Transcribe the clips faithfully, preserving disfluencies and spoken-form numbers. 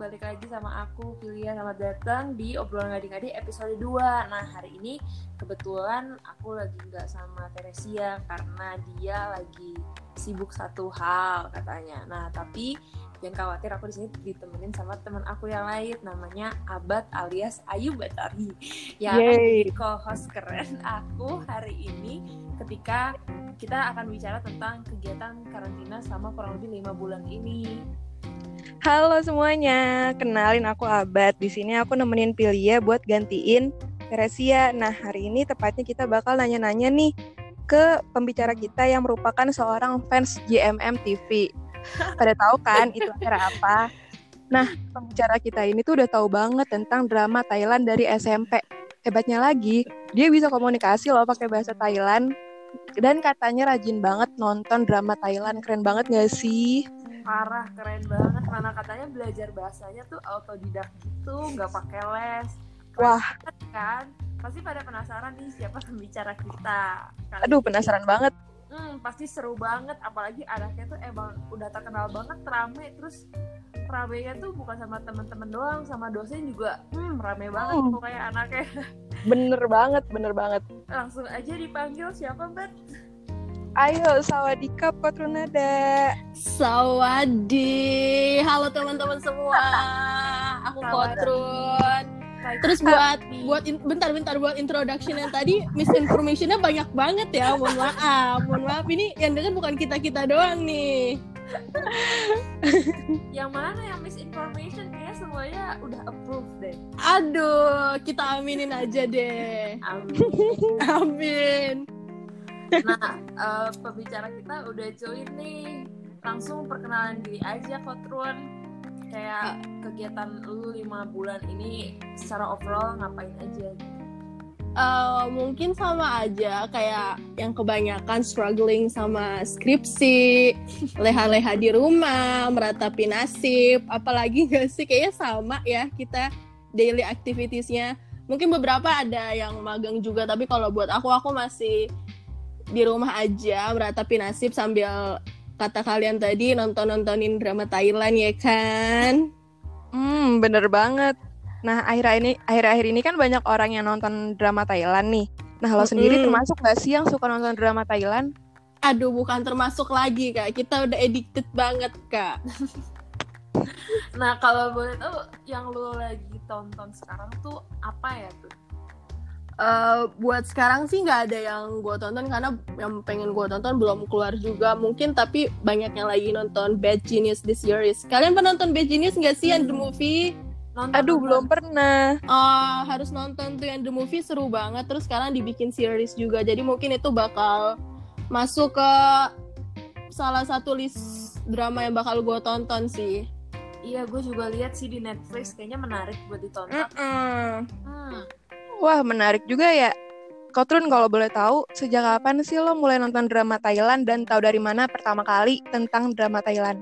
balik lagi sama aku, Filia. Selamat datang di Obrolan Ngadi-Ngadi episode dua. Nah, hari ini kebetulan aku lagi gak sama Teresia karena dia lagi sibuk satu hal katanya. Nah, tapi jangan khawatir, aku di sini ditemenin sama teman aku yang lain, namanya Abad alias Ayu Batari, yang akan menjadi co-host keren aku hari ini ketika kita akan bicara tentang kegiatan karantina selama kurang lebih lima bulan ini. Halo semuanya, kenalin aku Abad. Di sini aku nemenin Pilia buat gantiin Teresia. Nah, hari ini tepatnya kita bakal nanya-nanya nih ke pembicara kita yang merupakan seorang fans J M M T V. Pada tahu kan itu acara apa? Nah, pembicara kita ini tuh udah tahu banget tentang drama Thailand dari S M P. Hebatnya lagi, dia bisa komunikasi loh pakai bahasa Thailand. Dan katanya rajin banget nonton drama Thailand. Keren banget gak sih? Parah, keren banget. Mana katanya belajar bahasanya tuh autodidak gitu, nggak pakai les. Keren Wah, banget kan? Pasti pada penasaran nih siapa pembicara kita. Kali aduh ini. penasaran banget. Hmm, pasti seru banget. Apalagi anaknya tuh emang udah terkenal banget, rame. Terus ramenya tuh bukan sama teman-teman doang, sama dosen juga. Hmm, rame banget Hmm. pokoknya anaknya. Bener banget, bener banget. Langsung aja dipanggil siapa, Bet? Ayo, sawadikap Kotrunada. Sawadi, halo teman-teman semua. Aku Sawadi. Kotrun. Baik. Terus buat Tapi- buat in, bentar-bentar buat introduction yang tadi misinformationnya banyak banget ya. Mohon maaf, mohon maaf ini yang denger bukan kita-kita doang nih. Yang mana yang misinformation? Kayaknya semuanya udah approve deh. Aduh, kita aminin aja deh. Amin. Amin. Nah, uh, pembicara kita udah join nih. Langsung perkenalan diri aja, Kotrun. Kayak kegiatan lu lima bulan ini secara overall ngapain aja? Uh, mungkin sama aja kayak yang kebanyakan struggling sama skripsi, leha-leha di rumah, meratapi nasib, apalagi gak sih kayaknya sama ya kita daily activitiesnya. Mungkin beberapa ada yang magang juga, tapi kalau buat aku aku masih di rumah aja meratapi nasib sambil kata kalian tadi nonton-nontonin drama Thailand ya kan. Hmm, bener banget. Nah, akhir-akhir ini, akhir-akhir ini kan banyak orang yang nonton drama Thailand nih. Nah, lo sendiri Mm-mm. termasuk gak sih yang suka nonton drama Thailand? Aduh, bukan termasuk lagi kak, kita udah addicted banget kak. Nah, kalau boleh tahu yang lu lagi tonton sekarang tuh apa ya tuh? Uh, buat sekarang sih nggak ada yang gue tonton karena yang pengen gue tonton belum keluar juga mungkin, tapi banyak yang lagi nonton Bad Genius The Series. Kalian pernah nonton Bad Genius nggak sih yang The Movie? Nonton, Aduh, nonton. belum pernah. Oh, harus nonton tuh yang The Movie, seru banget. Terus sekarang dibikin series juga, jadi mungkin itu bakal masuk ke salah satu list drama yang bakal gue tonton sih. Iya, gue juga lihat sih di Netflix, kayaknya menarik buat ditonton. Mm-mm. Hmm. Wah, menarik juga ya. Kotrun, kalau boleh tahu, sejak kapan sih lo mulai nonton drama Thailand dan tahu dari mana pertama kali tentang drama Thailand?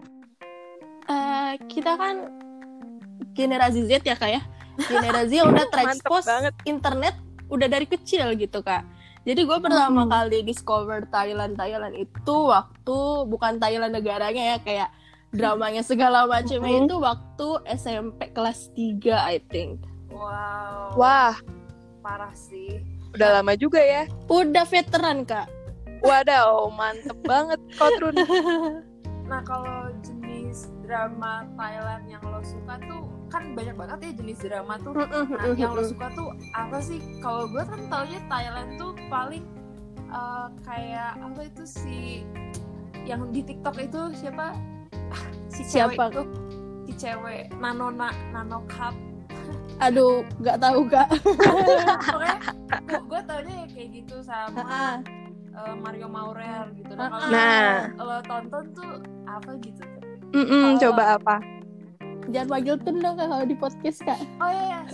Uh, kita kan generasi Z ya kak ya. Generasi yang udah terekspos internet udah dari kecil gitu kak. Jadi gue pertama Hmm. kali discover Thailand Thailand itu waktu bukan Thailand negaranya ya, kayak dramanya segala macamnya Hmm. itu waktu S M P kelas tiga I think. Wow. Wah, Parah sih. udah lama juga ya. Udah veteran kak. Wadaw, mantep banget Kotrun. Nah, kalau jenis drama Thailand yang lo suka tuh kan banyak banget ya jenis drama tuh. Nah, yang lo suka tuh apa sih? Kalau gue kan taunya Thailand tuh paling uh, kayak apa itu si yang di TikTok itu siapa? Ah, si cewek Siapa? itu, si cewek Nanona Nano Cup. Aduh, nggak tahu kak. Pokoknya gue taunya ya kayak gitu sama uh, Mario Maurer gitu. Nah, kalau Nah. lo tonton tuh apa gitu? Mm-mm, Oh. coba apa? Jangan panggil Tun dong kak kalau di podcast kak. Oh iya, iya.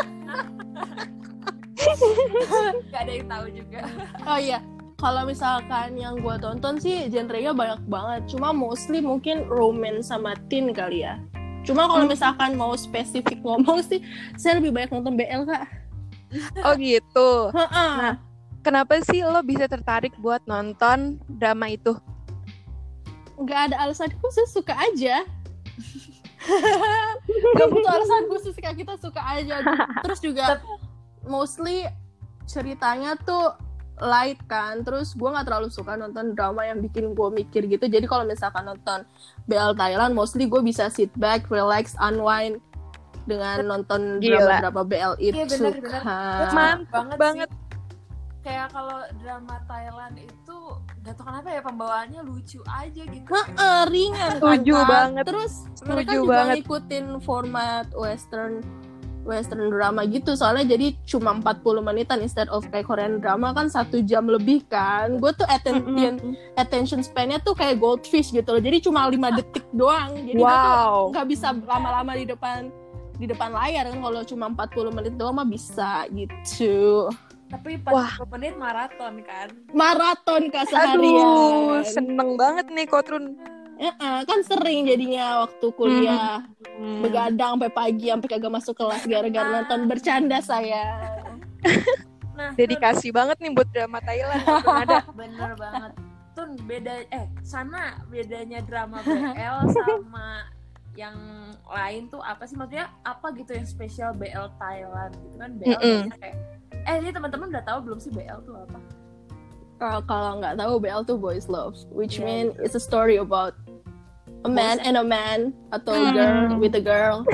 Gak ada yang tahu juga. Oh iya, kalau misalkan yang gue tonton sih genrenya banyak banget. Cuma mostly mungkin romance sama teen kali ya. Cuma kalau misalkan mau spesifik ngomong sih, saya lebih banyak nonton B L kak. Oh gitu. Heeh. Nah, kenapa sih lo bisa tertarik buat nonton drama itu? Nggak ada alasan khusus, suka aja. Gak butuh alasan khusus, kayak kita suka aja. Terus juga mostly ceritanya tuh light kan. Terus gue nggak terlalu suka nonton drama yang bikin gue mikir gitu. Jadi kalau misalkan nonton B L Thailand, mostly gue bisa sit back, relax, unwind dengan nonton Gila. drama-drama B L itu. Iya benar-benar. Mantap banget. Sih. Kayak kalau drama Thailand itu gak tau kenapa ya pembawaannya lucu aja gitu. Heeh, ringan. Setuju kan? banget. Terus Setuju mereka juga banget. ngikutin format western western drama gitu, soalnya jadi cuma empat puluh menitan instead of kayak Korean drama kan satu jam lebih kan. Gue tuh attention mm-hmm. attention span-nya tuh kayak goldfish gitu loh. Jadi cuma lima detik doang. Jadi wow. gue tuh nggak bisa lama-lama di depan di depan layar kan. Kalau cuma empat puluh menit doang mah bisa gitu. Tapi empat puluh menit maraton kan. Maraton kah seharian. Aduh, seneng banget nih Kotrun. Uh-uh, kan sering jadinya waktu kuliah hmm. begadang sampai pagi sampai kagak masuk kelas gara-gara nonton bercanda saya. Nah, dedikasi tuh, banget nih buat drama Thailand. Ada. Bener banget. Tun beda eh sana bedanya drama B L sama yang lain tuh apa sih, maksudnya apa gitu yang spesial B L Thailand gitu kan. B L biasanya kayak eh ini teman-teman udah tahu belum sih B L tuh apa? Kalau kalau nggak tahu, B L tuh boys love, which yeah, mean yeah. it's a story about a man boys and a man atau mm. girl with a girl.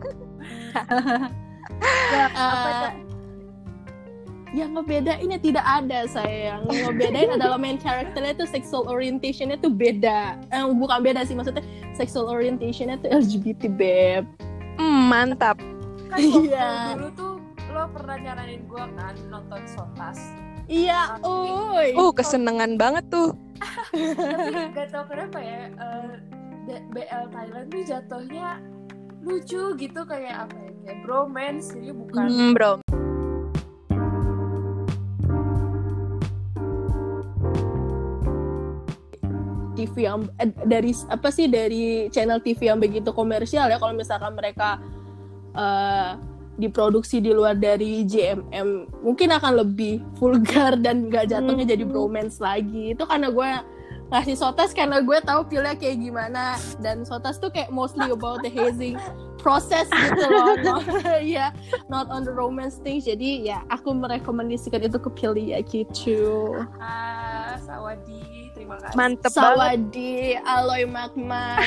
ya, uh, yang ngebedainnya tidak ada sayang. Yang ngebedain adalah main characternya tuh sexual orientationnya tuh beda. Eh, bukan beda sih, maksudnya sexual orientationnya tuh L G B T beb. Mm, mantap. Kan waktu yeah. dulu tuh lo pernah nyaranin gue kan nonton Sotas. Iya, uy. Oh, kesenangan banget tuh. Tapi gak tau kenapa ya, uh, B L Thailand tuh jatuhnya lucu gitu, kayak apa ya, kayak bromance, jadi bukan. Hmm, bro. T V yang eh, dari apa sih dari channel T V yang begitu komersial ya, kalau misalkan mereka uh, diproduksi di luar dari J M M mungkin akan lebih vulgar dan gak jatuhnya hmm. jadi bromance lagi. Itu karena gue ngasih Sotas karena gue tahu pilnya kayak gimana, dan Sotas tuh kayak mostly about the hazing process gitu loh. Ya, yeah, not on the romance things. Jadi ya aku merekomendasikan itu ke Pilih ya gitu. Ah, Sawadi, terima kasih. Mantep Sawadi, banget. Aloy makmak.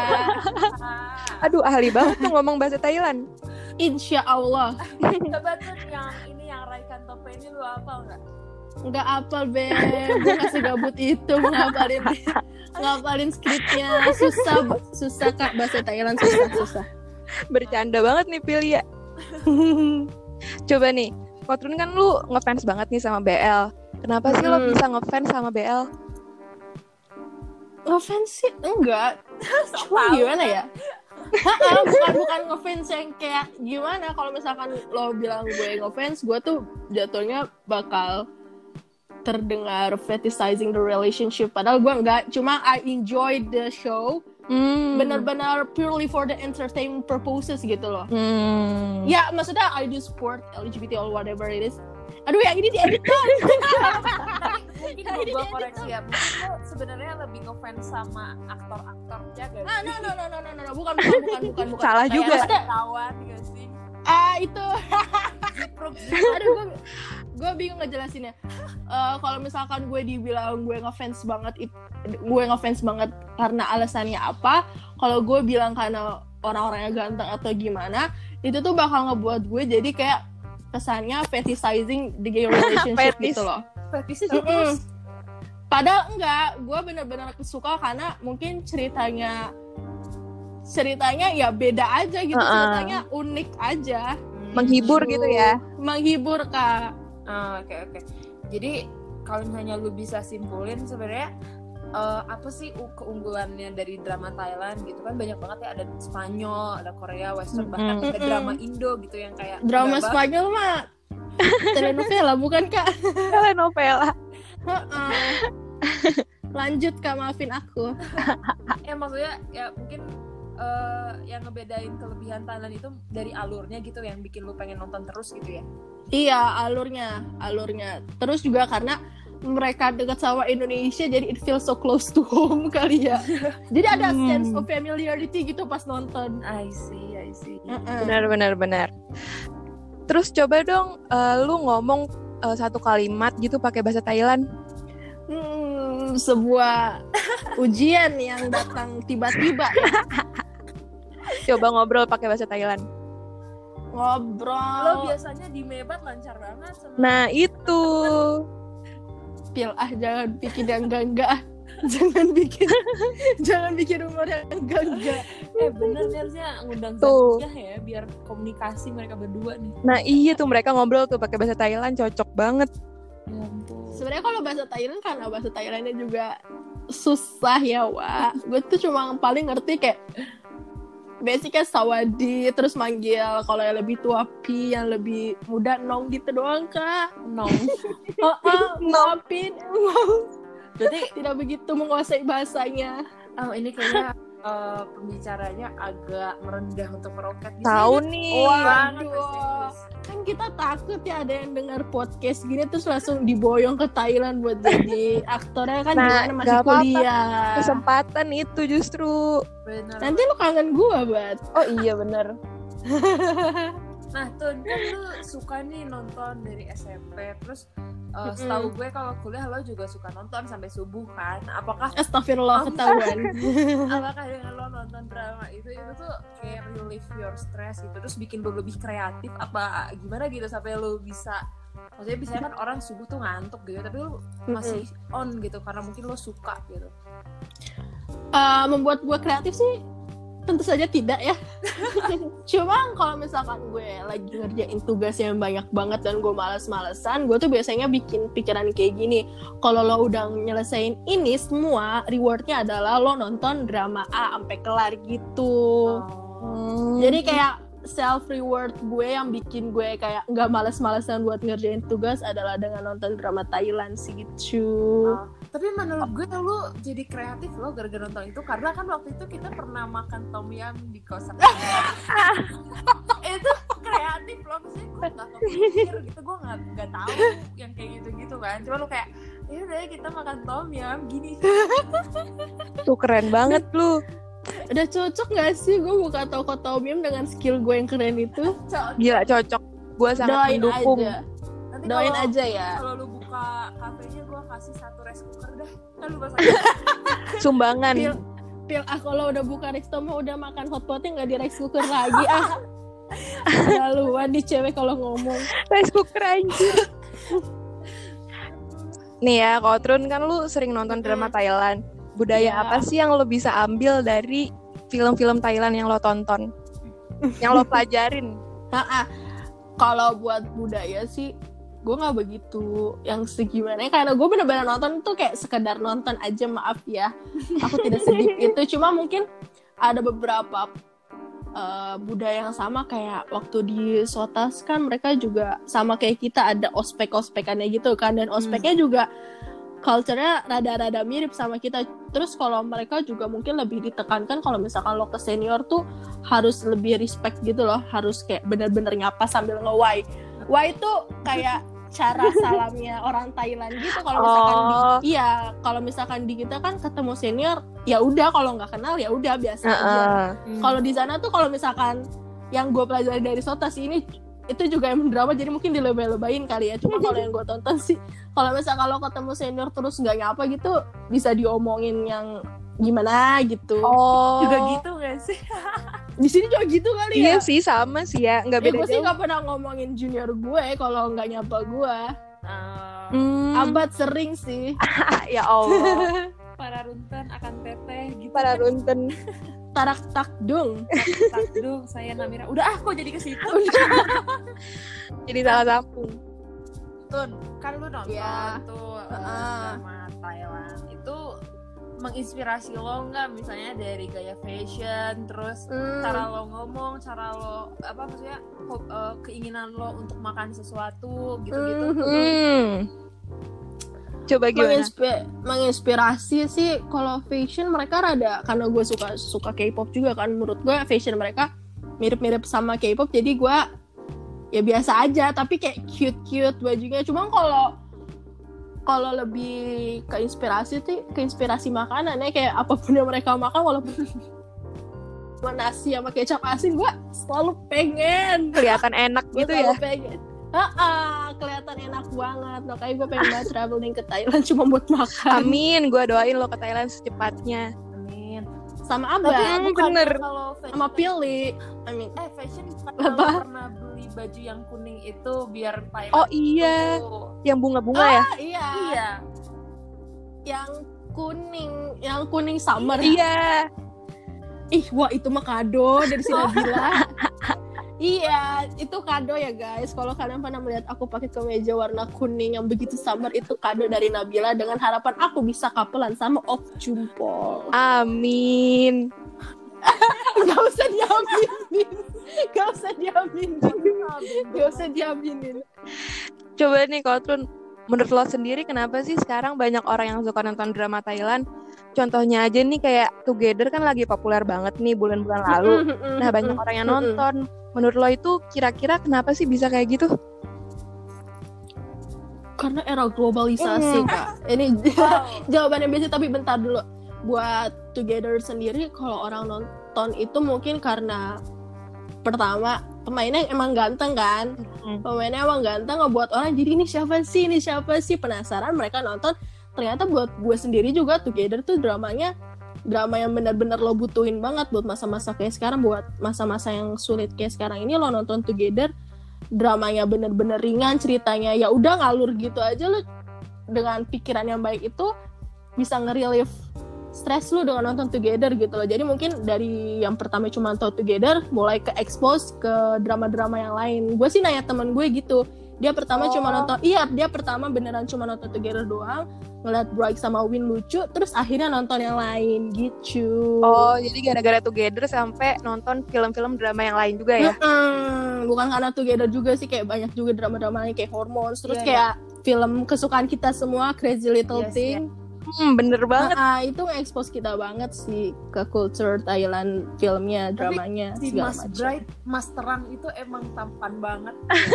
Aduh, ahli banget tuh ngomong bahasa Thailand. Insya Allah. Coba tuh yang ini yang Raikan Tope ini lu hafal nggak? Nggak hafal beb, gue masih gabut itu menghafalin ngapalin skripnya, susah susah kak, bahasa Thailand susah susah. Bercanda banget nih Pilya. Coba nih, Kotrun kan lu ngefans banget nih sama B L. Kenapa sih hmm. lo bisa ngefans sama B L? Ngefans sih enggak. Cuma gimana ya? Ha, bukan bukan ngefans yang kayak gimana. Kalau misalkan lo bilang gue ngefans, gue tuh jatuhnya bakal terdengar fetishizing the relationship. Padahal gue enggak. Cuma I enjoyed the show. Hmm. Benar-benar purely for the entertainment purposes gitu loh. Hmm. Ya maksudnya I do support L G B T or whatever it is. Aduh yang ini diedit kan. Mungkin gue koreksi ya. Mungkin lo sebenarnya lebih ngefans sama aktor-aktornya gak sih? Ah, no, no, no, no, no, no, bukan, bukan, bukan, bukan, bukan. Salah kayak juga. Ada kawan gak sih? Ah, itu. Aduh, gue, gue bingung ngejelasinnya. Uh, kalau misalkan gue dibilang gue ngefans banget, it, gue ngefans banget karena alasannya apa? Kalau gue bilang karena orang-orangnya ganteng atau gimana, itu tuh bakal ngebuat gue jadi kayak kesannya fetishizing the gay relationship gitu loh. Fetish terus. Padahal enggak, gue benar-benar suka karena mungkin ceritanya ceritanya ya beda aja gitu, uh-uh. ceritanya unik aja, menghibur gitu, gitu ya, menghibur kak. Oke oh, oke. Okay, okay. Jadi kalau misalnya lu bisa simpulin sebenarnya uh, apa sih keunggulannya dari drama Thailand gitu kan, banyak banget ya, ada Spanyol, ada Korea, Western, bahkan mm-hmm. ada drama Indo gitu yang kayak drama Spanyol mah telenovela bukan kak? Telenovela. Lanjut kak, maafin aku. Ya maksudnya ya mungkin uh, yang ngebedain kelebihan Thailand itu dari alurnya gitu, yang bikin lu pengen nonton terus gitu ya. Iya, alurnya, alurnya. Terus juga karena mereka dekat sama Indonesia jadi it feels so close to home kali ya. Jadi ada Hmm. sense of familiarity gitu pas nonton. I see, I see. Mm-mm. Benar benar benar. Terus coba dong eh, lu ngomong eh, satu kalimat gitu pakai bahasa Thailand. Hmm, sebuah ujian yang datang tiba-tiba ya. Coba ngobrol pakai bahasa Thailand. Ngobrol. Lo biasanya di Mebat lancar banget sama. Nah, itu. Pil ah jangan bikin yang enggak-enggak ah. Jangan bikin jangan bikin umur yang enggak-enggak. Eh bener nih harusnya ngundang Tuh. Zakia ya biar komunikasi mereka berdua nih. Nah, iya tuh mereka ngobrol tuh pakai bahasa Thailand cocok banget. Ya ampun. Sebenarnya kalau bahasa Thailand karena bahasa Thailandnya juga susah ya, Wak. Gue tuh cuma paling ngerti kayak basicnya sawadi, terus manggil kalau yang lebih tua pi, yang lebih muda nong gitu doang, Kak. Nong. Oh, oh maafin, Berarti tidak begitu menguasai bahasanya. oh ini kayaknya eh, pembicaranya agak merendah untuk meroket di Tahu sini. nih. Wah, banget Waduh. bahasa Inggris. Kan kita takut ya ada yang dengar podcast gini terus langsung diboyong ke Thailand buat jadi aktornya kan Nah, gimana masih gak apa-apa. kuliah. Kesempatan itu justru. Bener. Nanti lu kangen gua, Bat. Oh iya bener. Nah, Tun, kan lu suka nih nonton dari S M P. Terus uh, setahu gue kalau kuliah lo juga suka nonton sampai subuh kan? Apakah Astagfirullah ketahuan. apakah dengan lo nonton drama itu itu tuh kayak relieve your stress gitu, terus bikin lo lebih kreatif apa gimana gitu sampai lo bisa, maksudnya biasanya kan orang subuh tuh ngantuk gitu tapi lo masih on gitu karena mungkin lo suka gitu. Uh, membuat gue kreatif sih tentu saja tidak ya. Cuma kalau misalkan gue lagi ngerjain tugas yang banyak banget dan gue malas-malesan, gue tuh biasanya bikin pikiran kayak gini. Kalau lo udah nyelesain ini semua, rewardnya adalah lo nonton drama A sampai kelar gitu. Hmm. Jadi kayak self reward gue yang bikin gue kayak nggak malas-malesan buat ngerjain tugas adalah dengan nonton drama Thailand sih gitu. Oh, tapi menurut gue lu jadi kreatif lo gara-gara nonton itu karena kan waktu itu kita pernah makan tom yum di kosan. Itu kreatif loh, maksudnya gue nggak kepikir gitu, gue nggak nggak tahu yang kayak gitu-gitu kan. Cuma lu kayak ya udah kita makan tom yum gini. Tuh keren banget lu. Udah cocok gak sih gue buka toko tom yum dengan skill gue yang keren itu? Gila cocok. Gue sangat Doain mendukung. aja. Nanti Doain kalau- aja ya. Kalau lu buka kafenya gue kasih satu rice cooker dah. Kan lu masak. Sumbangan. Pil, pil ah kalau udah buka rice cooker udah makan hotpotnya nggak di rice cooker lagi ah. Laluan di cewek kalau ngomong. Rice cooker anjir. Nih ya, kalau Trun kan lu sering nonton drama Thailand. Budaya Iya. apa sih yang lo bisa ambil dari film-film Thailand yang lo tonton? Yang lo pelajarin? Nah, ah, kalau buat budaya sih gue nggak begitu yang segimana karena gue bener-bener nonton tuh kayak sekedar nonton aja, maaf ya aku tidak sedip itu. Cuma mungkin ada beberapa uh, budaya yang sama kayak waktu di Sotas kan mereka juga sama kayak kita ada ospek-ospekannya gitu kan, dan ospeknya juga culture-nya rada-rada mirip sama kita. Terus kalau mereka juga mungkin lebih ditekankan kalau misalkan lo ke senior tuh harus lebih respect gitu loh, harus kayak bener-bener nyapa sambil nge-wai. Wai tuh kayak cara salamnya orang Thailand gitu. Kalau misalkan Oh. di iya, kalau misalkan di kita kan ketemu senior, ya udah kalau nggak kenal ya udah biasa aja. Heeh. Kalau di sana tuh kalau misalkan yang gue pelajari dari Sotas ini itu juga yang drama jadi mungkin dilebay-lebayin kali ya. Cuma kalau yang gue tonton sih kalau misalkan kalau ketemu senior terus nggak nyapa gitu bisa diomongin yang gimana gitu. Oh. Juga gitu gak sih? Di sini juga gitu kali ya. Iya sih, sama sih ya, nggak Eh, beda gue sih jauh. nggak pernah ngomongin junior gue kalau nggak nyapa gue. Uh, Hmm. Abad sering sih. Ya Allah. para runten akan teteh gitu. Para runten. Tarak takdung. Takdung saya Namira. Udah ah kok jadi ke situ. Jadi salah sambung. Tun, kan lu nonton Iya. tuh uh, Heeh. drama Thailand. Itu menginspirasi lo nggak misalnya dari gaya fashion, terus Hmm. cara lo ngomong, cara lo apa maksudnya ho- uh, keinginan lo untuk makan sesuatu gitu-gitu. Mhm. Hmm. Coba gimana? Menginspi- menginspirasi sih kalau fashion mereka rada, karena gue suka suka K-pop juga kan, menurut gue fashion mereka mirip-mirip sama K-pop, jadi gue ya biasa aja tapi kayak cute-cute bajunya. Cuma kalau kalau lebih ke inspirasi tuh ke inspirasi makanan ya, kayak apapun yang mereka makan walaupun nasi sama kecap asin, gue selalu pengen. Kelihatan enak Gue gitu selalu ya. pengen. Ah, kelihatan enak banget. Makanya gue pengen banget traveling ke Thailand cuma buat makan. Amin, gue doain lo ke Thailand secepatnya. Amin. Sama Abah, Tapi bukan bener. kalau fashion, sama Pilih. I mean, eh fashion Apa? kalau pernah beli baju yang kuning itu biar Thailand. Oh iya, itu. yang bunga-bunga ya? ah, iya. Iya. Yang kuning, yang kuning summer. Iya. Ih, wah itu mah kado dari si Nabila. Iya, itu kado ya guys. Kalau kalian pernah melihat aku pakai kemeja warna kuning yang begitu summer, itu kado dari Nabila dengan harapan aku bisa kapelan sama Op Jumpol. Amin. Gak usah diaminin. Gak usah diaminin. Gak usah diaminin. Coba nih kalau Trun, menurut lo sendiri kenapa sih sekarang banyak orang yang suka nonton drama Thailand? Contohnya aja nih kayak Together kan lagi populer banget nih bulan-bulan lalu. Nah banyak orang yang nonton. Menurut lo itu kira-kira kenapa sih bisa kayak gitu? Karena era globalisasi, Mm. Kak. Ini Wow. jawabannya biasa, tapi bentar dulu. Buat Together sendiri, kalau orang nonton itu mungkin karena pertama pemainnya emang ganteng kan. Hmm. Pemainnya emang ganteng, ngebuat orang jadi ini siapa sih, ini siapa sih, penasaran, mereka nonton. Ternyata buat gue sendiri juga Together tuh dramanya drama yang benar-benar lo butuhin banget buat masa-masa kayak sekarang, buat masa-masa yang sulit kayak sekarang ini. Lo nonton Together, dramanya benar-benar ringan, ceritanya ya udah ngalur gitu aja, lo dengan pikiran yang baik itu bisa nge-relieve stres lu dengan nonton Together gitu loh. Jadi mungkin dari yang pertama cuma nonton Together, mulai ke expose ke drama-drama yang lain. Gue sih nanya temen gue gitu, dia pertama Oh. cuma nonton, iya dia pertama beneran cuma nonton Together doang, ngeliat Bright sama Win lucu, terus akhirnya nonton yang lain gitu. Oh, jadi gara-gara Together sampai nonton film-film drama yang lain juga ya? Mm-mm. Bukan karena Together juga sih, kayak banyak juga drama-drama lain kayak Hormones, terus Iya, kayak film kesukaan kita semua, Crazy Little Yes, Thing. Hmm, bener banget. Nah, itu nge-expose kita banget sih ke culture Thailand, filmnya, Tapi dramanya, Si segala Mas macam. Bright, Mas Terang itu emang tampan banget.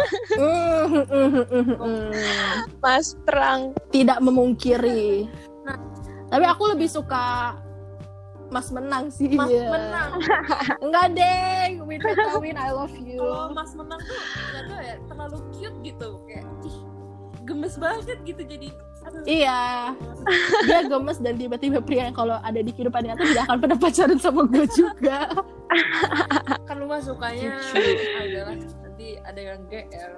Mm, mm, mm, mm, mm. Mas Terang. Tidak memungkiri. Nah. Tapi aku lebih suka Mas Menang sih. Mas Iya. Menang. Enggak deh, Win Beta Win, I love you. Kalau Mas Menang tuh nggak tahu ya, terlalu cute gitu, kayak ih, gemes banget gitu jadi. Aduh. Iya, dia gemes dan tiba-tiba pria yang kalau ada di kehidupan nyata tidak akan pernah pacaran sama gue juga. Kan lu mah sukanya Lucu. adalah nanti ada yang G L.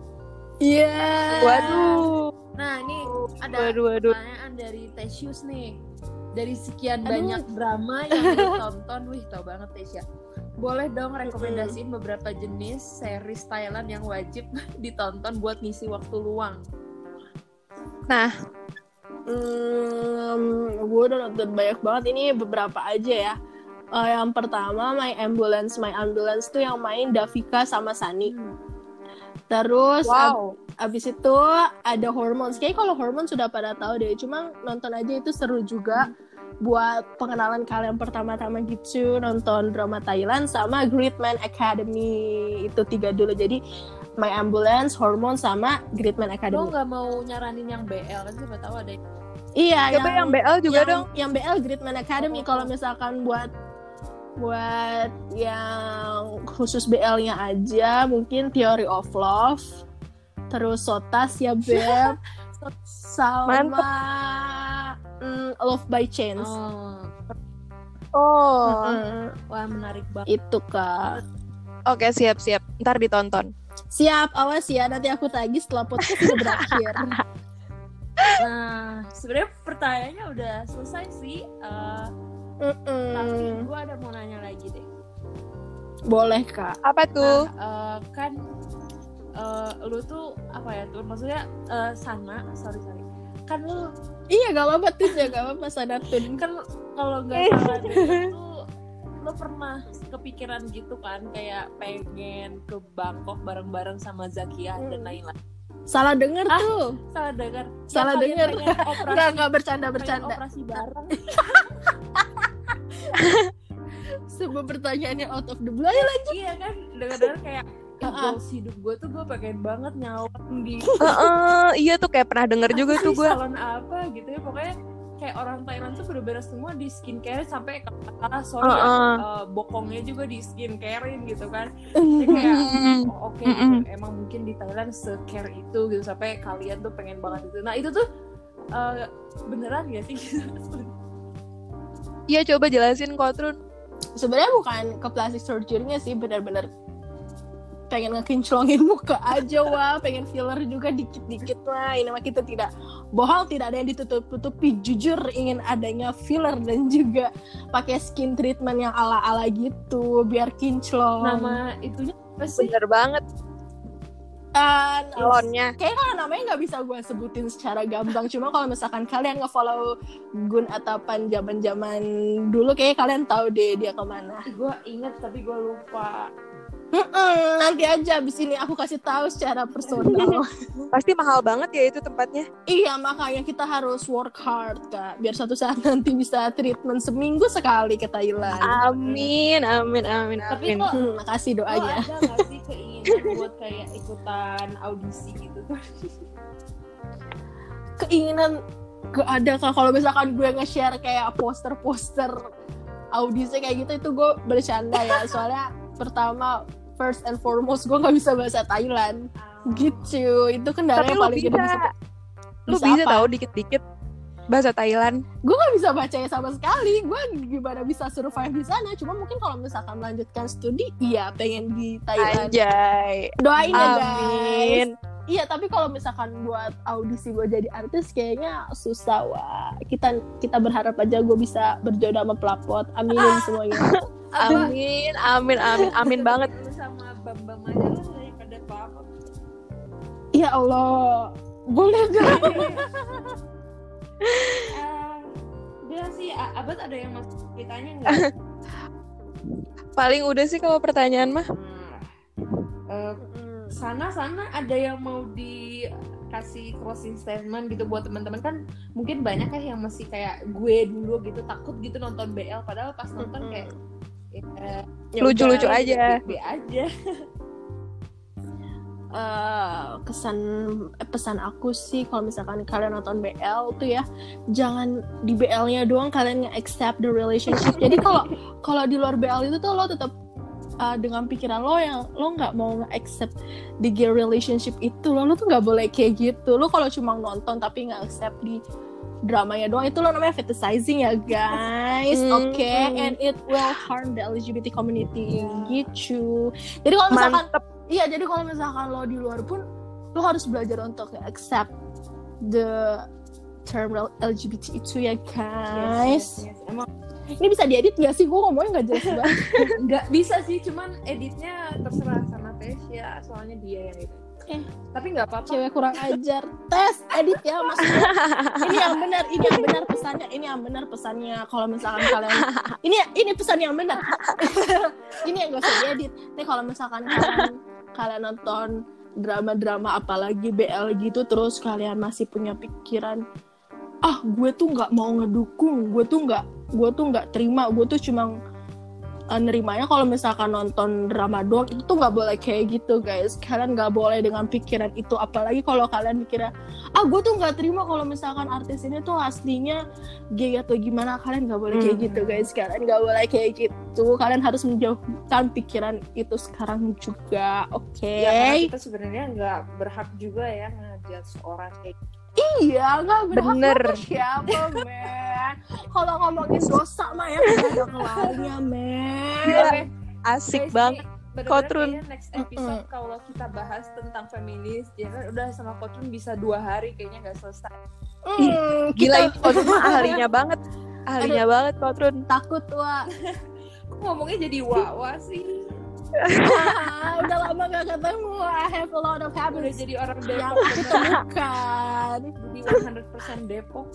Iya. Waduh. Nah ini ada Waduh, waduh. pertanyaan dari Tesius nih. Dari sekian Aduh. banyak drama yang ditonton, wih tau banget Tesya. Boleh dong rekomendasiin beberapa jenis series Thailand yang wajib ditonton buat ngisi waktu luang. Nah, Hmm, gue udah nonton banyak banget, ini beberapa aja ya. Uh, yang pertama My Ambulance, My Ambulance tuh yang main Davika sama Sunny. Terus wow. ab- abis itu ada Hormones. Kayaknya kalau Hormones sudah pada tahu deh, cuma nonton aja itu seru juga. Buat pengenalan kalian pertama-tama gitu, nonton drama Thailand sama Great Man Academy. Itu tiga dulu. Jadi My Ambulance, Hormones sama Great Man Lo Academy. nggak mau nyaranin yang B L kan? Siapa tahu ada. Iya, Coba yang B L juga yang, dong. Yang B L Great Man Academy. Oh. Kalau misalkan buat buat yang khusus B L-nya aja, mungkin Theory of Love, terus Sotas ya Beb, sama mm, Love by Chance. Oh, Oh. Mm-mm. wah menarik banget. Itu Kak. Oke, siap-siap. Ntar ditonton. Siap, awas ya, nanti aku tagih setelah podcast sudah berakhir. Nah, sebenarnya pertanyaannya udah selesai sih. Uh, tapi Mm-mm. gue ada mau nanya lagi deh. Boleh Kak. Apa tuh? Nah, uh, kan uh, lu tuh apa ya tuh? Maksudnya uh, Sana, sorry sorry. Kan lu Iya, gak apa-apa tuh, gak apa-apa Sanatun. kan kalau nggak salah denger tuh lu pernah kepikiran gitu kan kayak pengen ke Bangkok bareng-bareng sama Zakia dan lain-lain. Salah denger Ah. tuh. Salah dengar. Salah Ya, kalian denger. pengen operasi, Enggak, enggak bercanda, pengen bercanda. operasi bareng. Sebuah pertanyaannya out of the blue. Ayo lanjut. Iya kan, dengar-dengar kayak goals hidup gue tuh gue pengen banget nyalon di Uh-uh, iya tuh kayak pernah denger juga tuh gue. salon apa gitu ya, pokoknya kayak orang Thailand tuh bener-bener semua di skincare sampai kata sorry Uh-uh. ya, uh, bokongnya juga di skincarein gitu kan. Jadi kayak oh, oke okay, Mm-mm. gitu. Emang mungkin di Thailand se-care itu gitu sampai kalian tuh pengen banget itu. Nah itu tuh uh, beneran gak sih? Iya coba jelasin Kotrun. Sebenarnya bukan ke plastic surgery-nya sih, benar-benar pengen ngekinclongin muka aja wah, pengen filler juga dikit-dikit lah. Ini mah kita tidak bohong, tidak ada yang ditutup-tutupi, jujur ingin adanya filler dan juga pakai skin treatment yang ala-ala gitu biar kinclong. Nama itunya apa sih? Bener banget. Uh, Salonnya. Kayaknya kalau namanya nggak bisa gue sebutin secara gamblang. Cuma kalau misalkan kalian nge-follow Gun Atapan zaman-zaman dulu, kayaknya kalian tahu deh dia kemana. Gue inget tapi gue lupa. Mm-mm, nanti aja abis ini aku kasih tahu secara personal. Pasti mahal banget ya itu tempatnya. Iya, makanya kita harus work hard kak, biar suatu saat nanti bisa treatment seminggu sekali ke Thailand. Amin, amin, amin, Tapi amin. kok Hmm, makasih lo doanya. ada gak sih keinginan buat kayak ikutan audisi gitu? Keinginan gak ada kak. Kalau misalkan gue nge-share kayak poster-poster audisi kayak gitu, itu gue bercanda ya. Soalnya pertama, first and foremost, gue gak bisa bahasa Thailand. Gitu, itu kendala Tapi yang lu paling bisa, gede. lu Bisa bisa apa? tahu dikit-dikit bahasa Thailand. Gue gak bisa bacanya sama sekali. Gue gimana bisa survive di sana. Cuma mungkin kalau misalkan melanjutkan studi, iya pengen di Thailand. Anjay. Doain ya guys. Amin. Iya, tapi kalau misalkan buat audisi gue jadi artis kayaknya susah wah. Kita kita berharap aja gue bisa berjodoh sama pelapot. Aminin semuanya. Amin, amin, amin, amin banget. Lu sama Bambang aja lah daripada apa? Ya Allah, boleh dong. Uh, udah sih, A- Abad ada yang masih ditanya nggak? Paling udah sih kalau pertanyaan mah. Uh, sana sana ada yang mau dikasih closing statement gitu buat teman-teman, kan mungkin banyak kan yang masih kayak gue dulu gitu takut gitu nonton B L, padahal pas nonton kayak ya, ya Lucu-lucu udah, aja. B aja. Uh, kesan eh, pesan aku sih kalau misalkan kalian nonton B L tuh ya, jangan di B L-nya doang kalian nge-accept the relationship. Jadi kalau kalau di luar B L itu tuh lo tetap uh, dengan pikiran lo yang lo nggak mau nge-accept the gay relationship itu, lo lo tuh nggak boleh kayak gitu. Lo kalau cuma nonton tapi nggak accept di dramanya doang, itu lo namanya fetishizing ya guys. Hmm. Oke, okay? And it will harm the L G B T community gitu. Jadi kalau misalkan Mantep. Iya, jadi kalau misalkan lo di luar pun lo harus belajar untuk accept the term L G B T itu ya guys. Yes, yes, yes. Emang Ini bisa diedit gak sih? Gue ngomongnya gak jelas banget. nggak bisa sih, cuman editnya terserah sama Tesya, soalnya dia yang edit. Eh, tapi nggak apa-apa. Cewek kurang ajar. Tes, edit ya maksudnya. Ini yang benar, ini yang benar pesannya, ini yang benar pesannya. Kalau misalkan kalian, ini ini pesan yang benar. Ini yang gak usah diedit. Nih kalau misalkan kalian kalian nonton drama-drama apalagi B L gitu, terus kalian masih punya pikiran, ah gue tuh nggak mau ngedukung, gue tuh nggak gue tuh nggak terima, gue tuh cuma uh, nerimanya kalau misalkan nonton drama doang, itu tuh nggak boleh kayak gitu guys. Kalian nggak boleh dengan pikiran itu, apalagi kalau kalian mikirnya, ah gue tuh nggak terima kalau misalkan artis ini tuh aslinya gay atau gimana. Kalian nggak boleh kayak Hmm. gitu guys, kalian nggak boleh kayak gitu. Kalian harus menjauhkan pikiran itu sekarang juga, oke? Ya, karena kita sebenarnya nggak berhak juga ya ngejudge orang kayak gitu. Iya, nggak berhak Bener. sama siapa, men. Kalau ngomongin dosa mah ya nggak ada kelarnya, men. Gila. Asik Guys, banget. ini bener-bener Kotrun. kayaknya next episode Mm-mm. kalau kita bahas tentang feminis, ya kan udah sama Kotrun bisa dua hari kayaknya nggak selesai. Hmm, Gila kita ini Kotrun mah ahlinya banget. Ahlinya banget Kotrun. takut wah. Kok ngomongnya jadi wawa sih? Ah, udah lama gak ketemu. I have a lot of Udah habits jadi orang yang Depok, aku temukan. jadi seratus persen Depok.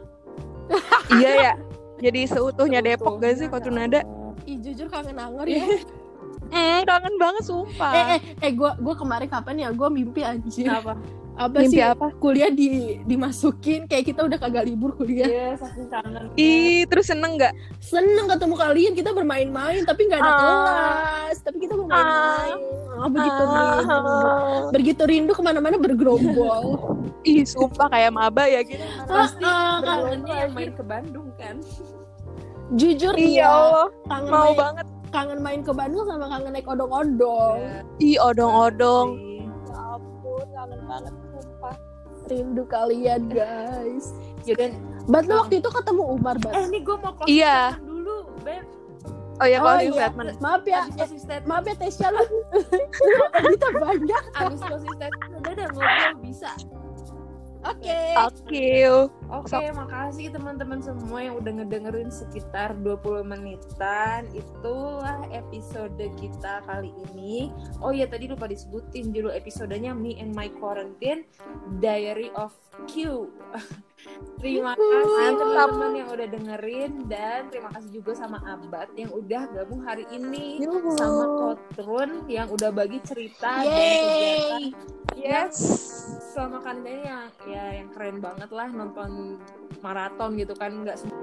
Iya ya. Jadi seutuhnya Depok gak sih Kotrun ada? Ih, jujur kangen Angor ya. Hmm, kangen banget sumpah. eh eh eh gue gue kemarin kapan ya gue mimpi anjir. Apa? apa Mimpi sih apa? kuliah di dimasukin kayak kita udah kagak libur kuliah. Iya, saking kangen. Ih, terus seneng nggak? Seneng ketemu kalian, kita bermain-main tapi nggak ada Ah. kelas, tapi kita bermain-main. Ah, begitu rindu, Ah. begitu rindu kemana-mana bergerombol. Ih, sumpah kayak maba ya gitu. Pasti Ah, ah, berdoanya yang main ke Bandung kan. Jujur Iya iya, Allah, kangen mau main, banget. kangen main ke Bandung sama kangen naik odong-odong. Ih, odong-odong. Iya. Ya ampun, kangen banget sumpah. Rindu kalian guys. Jadi, Bat lu waktu itu ketemu Umar, eh Bat. ini gue mau closing Iya. statement dulu, Beb. Oh ya, Oh closing iya. statement. Maaf ya, Abis closing statement, maaf ya Tesya lu. Kita banyak. abis closing statement udah ada ngobrol bisa. Oke. Oke. Oke, makasih teman-teman semua yang udah ngedengerin sekitar dua puluh menitan. Itulah episode kita kali ini. Oh iya, tadi lupa disebutin judul episodenya Me and My Quarantine Diary of Q. Terima kasih teman-teman yang udah dengerin, dan terima kasih juga sama Abad yang udah gabung hari ini, Yuhu. sama Kotrun yang udah bagi cerita dan Yeay. kegiatan Yes. selama karantina yang ya yang keren banget lah, nonton maraton gitu kan, nggak sem-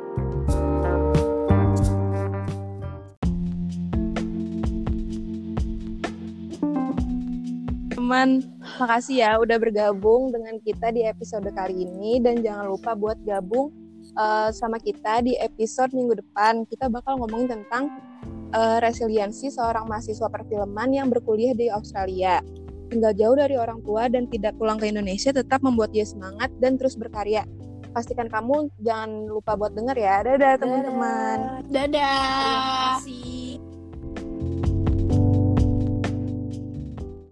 Teman, makasih ya udah bergabung dengan kita di episode kali ini, dan jangan lupa buat gabung uh, sama kita di episode minggu depan. Kita bakal ngomongin tentang uh, resiliensi seorang mahasiswa perfilman yang berkuliah di Australia. Tinggal jauh dari orang tua dan tidak pulang ke Indonesia tetap membuat dia semangat dan terus berkarya. Pastikan kamu jangan lupa buat denger ya. Dadah teman-teman. Dadah. Terima kasih.